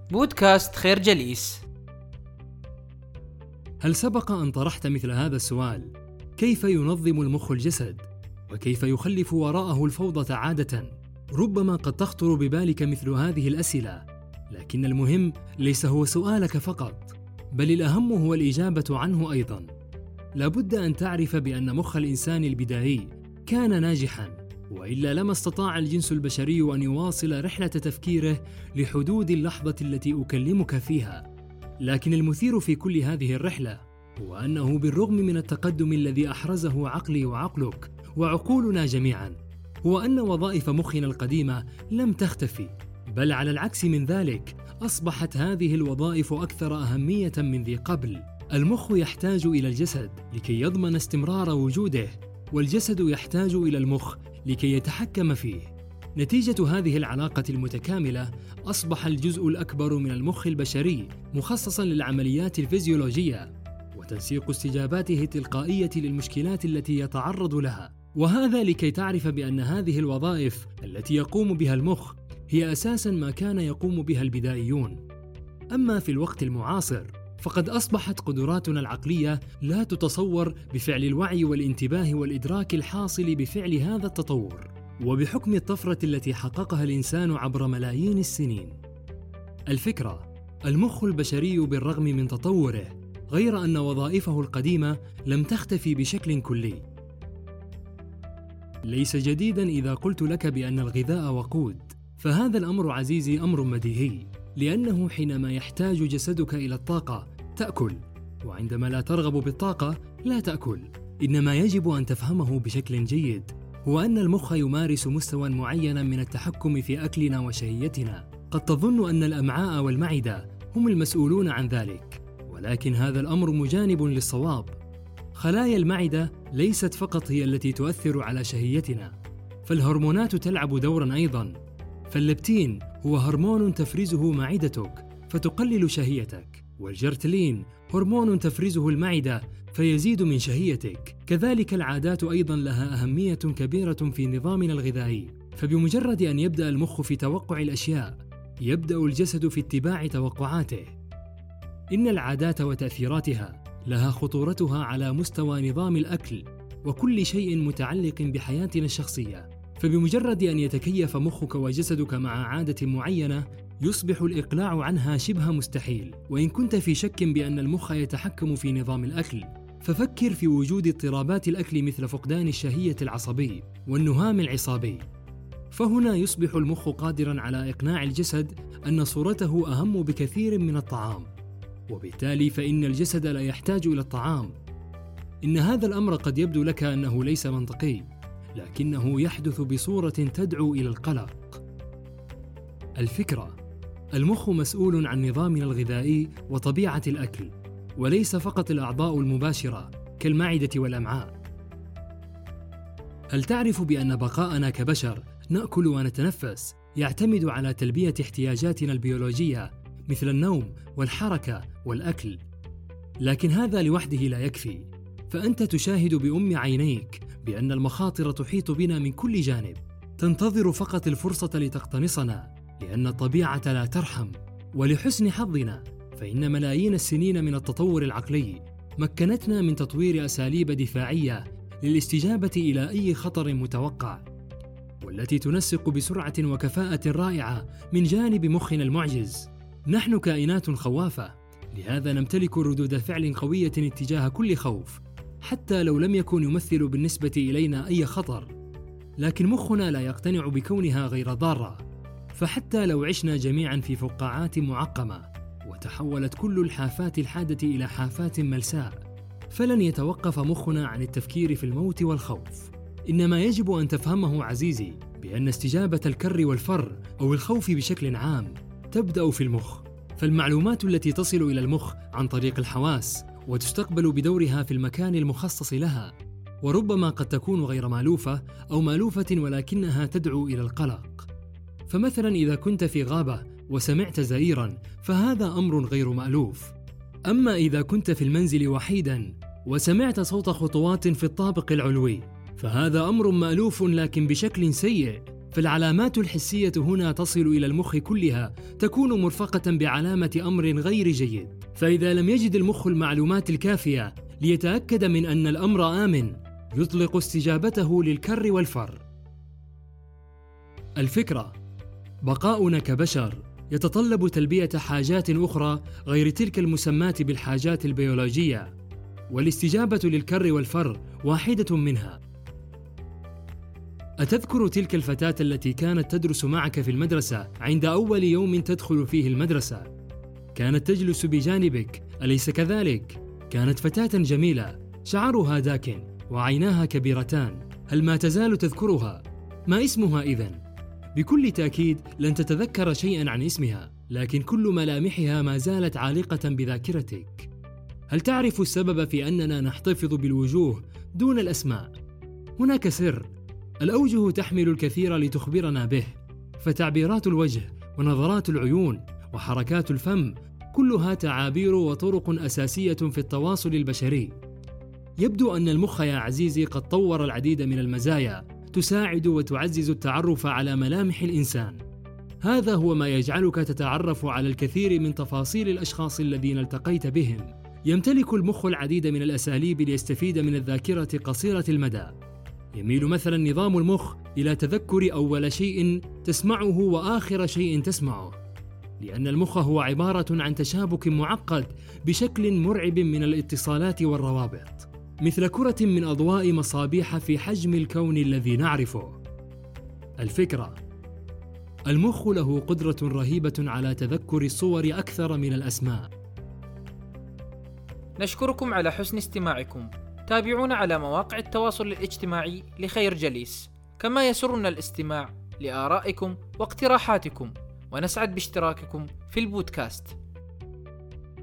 بودكاست خير جليس. هل سبق أن طرحت مثل هذا السؤال؟ كيف ينظم المخ الجسد؟ وكيف يخلف وراءه الفوضى عادة؟ ربما قد تخطر ببالك مثل هذه الأسئلة، لكن المهم ليس هو سؤالك فقط، بل الأهم هو الإجابة عنه أيضاً. لابد أن تعرف بأن مخ الإنسان البدائي كان ناجحاً، وإلا لما استطاع الجنس البشري أن يواصل رحلة تفكيره لحدود اللحظة التي أكلمك فيها. لكن المثير في كل هذه الرحلة هو أنه بالرغم من التقدم الذي أحرزه عقلي وعقلك وعقولنا جميعاً، هو أن وظائف مخنا القديمة لم تختفي، بل على العكس من ذلك أصبحت هذه الوظائف أكثر أهمية من ذي قبل. المخ يحتاج إلى الجسد لكي يضمن استمرار وجوده، والجسد يحتاج إلى المخ لكي يتحكم فيه. نتيجة هذه العلاقة المتكاملة أصبح الجزء الأكبر من المخ البشري مخصصاً للعمليات الفيزيولوجية وتنسيق استجاباته التلقائية للمشكلات التي يتعرض لها، وهذا لكي تعرف بأن هذه الوظائف التي يقوم بها المخ هي أساساً ما كان يقوم بها البدائيون. أما في الوقت المعاصر فقد أصبحت قدراتنا العقلية لا تتصور بفعل الوعي والانتباه والإدراك الحاصل بفعل هذا التطور، وبحكم الطفرة التي حققها الإنسان عبر ملايين السنين. الفكرة: المخ البشري بالرغم من تطوره، غير أن وظائفه القديمة لم تختفي بشكل كلي. ليس جديداً إذا قلت لك بأن الغذاء وقود، فهذا الأمر عزيزي أمر بديهي، لأنه حينما يحتاج جسدك إلى الطاقة تأكل، وعندما لا ترغب بالطاقة لا تأكل. إنما يجب أن تفهمه بشكل جيد هو أن المخ يمارس مستوى معين من التحكم في أكلنا وشهيتنا. قد تظن أن الأمعاء والمعدة هم المسؤولون عن ذلك، ولكن هذا الأمر مجانب للصواب. خلايا المعدة ليست فقط هي التي تؤثر على شهيتنا، فالهرمونات تلعب دورا أيضا. فاللبتين هو هرمون تفرزه معدتك فتقلل شهيتك، والجرتلين هرمون تفرزه المعدة فيزيد من شهيتك. كذلك العادات أيضا لها أهمية كبيرة في نظامنا الغذائي، فبمجرد أن يبدأ المخ في توقع الأشياء يبدأ الجسد في اتباع توقعاته. إن العادات وتأثيراتها لها خطورتها على مستوى نظام الأكل وكل شيء متعلق بحياتنا الشخصية، فبمجرد أن يتكيف مخك وجسدك مع عادة معينة يصبح الإقلاع عنها شبه مستحيل. وإن كنت في شك بأن المخ يتحكم في نظام الأكل، ففكر في وجود اضطرابات الأكل مثل فقدان الشهية العصبي والنهام العصابي، فهنا يصبح المخ قادراً على إقناع الجسد أن صورته أهم بكثير من الطعام، وبالتالي فإن الجسد لا يحتاج إلى الطعام. إن هذا الأمر قد يبدو لك أنه ليس منطقي، لكنه يحدث بصورة تدعو إلى القلق. الفكرة: المخ مسؤول عن نظامنا الغذائي وطبيعة الأكل، وليس فقط الأعضاء المباشرة كالمعدة والأمعاء. هل تعرف بأن بقاءنا كبشر نأكل ونتنفس يعتمد على تلبية احتياجاتنا البيولوجية مثل النوم والحركة والأكل؟ لكن هذا لوحده لا يكفي، فأنت تشاهد بأم عينيك بأن المخاطر تحيط بنا من كل جانب، تنتظر فقط الفرصة لتقتنصنا، لأن الطبيعة لا ترحم. ولحسن حظنا فإن ملايين السنين من التطور العقلي مكنتنا من تطوير أساليب دفاعية للاستجابة إلى أي خطر متوقع، والتي تنسق بسرعة وكفاءة رائعة من جانب مخنا المعجز. نحن كائنات خوافة، لهذا نمتلك ردود فعل قوية اتجاه كل خوف، حتى لو لم يكن يمثل بالنسبة إلينا أي خطر. لكن مخنا لا يقتنع بكونها غير ضارة، فحتى لو عشنا جميعا في فقاعات معقمة وتحولت كل الحافات الحادة إلى حافات ملساء، فلن يتوقف مخنا عن التفكير في الموت والخوف. إنما يجب أن تفهمه عزيزي بأن استجابة الكر والفر أو الخوف بشكل عام تبدأ في المخ، فالمعلومات التي تصل إلى المخ عن طريق الحواس وتستقبل بدورها في المكان المخصص لها، وربما قد تكون غير مألوفة أو مألوفة ولكنها تدعو إلى القلق. فمثلا إذا كنت في غابة وسمعت زئيرا فهذا أمر غير مألوف. أما إذا كنت في المنزل وحيدا وسمعت صوت خطوات في الطابق العلوي فهذا أمر مألوف لكن بشكل سيء، فالعلامات الحسية هنا تصل إلى المخ كلها، تكون مرفقة بعلامة أمر غير جيد. فإذا لم يجد المخ المعلومات الكافية ليتأكد من أن الأمر آمن، يطلق استجابته للكر والفر. الفكرة: بقاؤنا كبشر يتطلب تلبية حاجات أخرى غير تلك المسماة بالحاجات البيولوجية، والاستجابة للكر والفر واحدة منها. أتذكر تلك الفتاة التي كانت تدرس معك في المدرسة عند أول يوم تدخل فيه المدرسة؟ كانت تجلس بجانبك، أليس كذلك؟ كانت فتاة جميلة، شعرها داكن وعيناها كبيرتان. هل ما تزال تذكرها؟ ما اسمها إذن؟ بكل تأكيد لن تتذكر شيئا عن اسمها، لكن كل ملامحها ما زالت عالقة بذاكرتك. هل تعرف السبب في أننا نحتفظ بالوجوه دون الأسماء؟ هناك سر. الأوجه تحمل الكثير لتخبرنا به، فتعبيرات الوجه ونظرات العيون وحركات الفم كلها تعابير وطرق أساسية في التواصل البشري. يبدو أن المخ يا عزيزي قد طور العديد من المزايا تساعد وتعزز التعرف على ملامح الإنسان. هذا هو ما يجعلك تتعرف على الكثير من تفاصيل الأشخاص الذين التقيت بهم. يمتلك المخ العديد من الأساليب ليستفيد من الذاكرة قصيرة المدى. يميل مثلا نظام المخ إلى تذكر أول شيء تسمعه وآخر شيء تسمعه، لأن المخ هو عبارة عن تشابك معقد بشكل مرعب من الاتصالات والروابط، مثل كرة من أضواء مصابيح في حجم الكون الذي نعرفه. الفكرة: المخ له قدرة رهيبة على تذكر الصور أكثر من الأسماء. نشكركم على حسن استماعكم. تابعونا على مواقع التواصل الاجتماعي لخير جليس، كما يسرنا الاستماع لآرائكم واقتراحاتكم، ونسعد باشتراككم في البودكاست.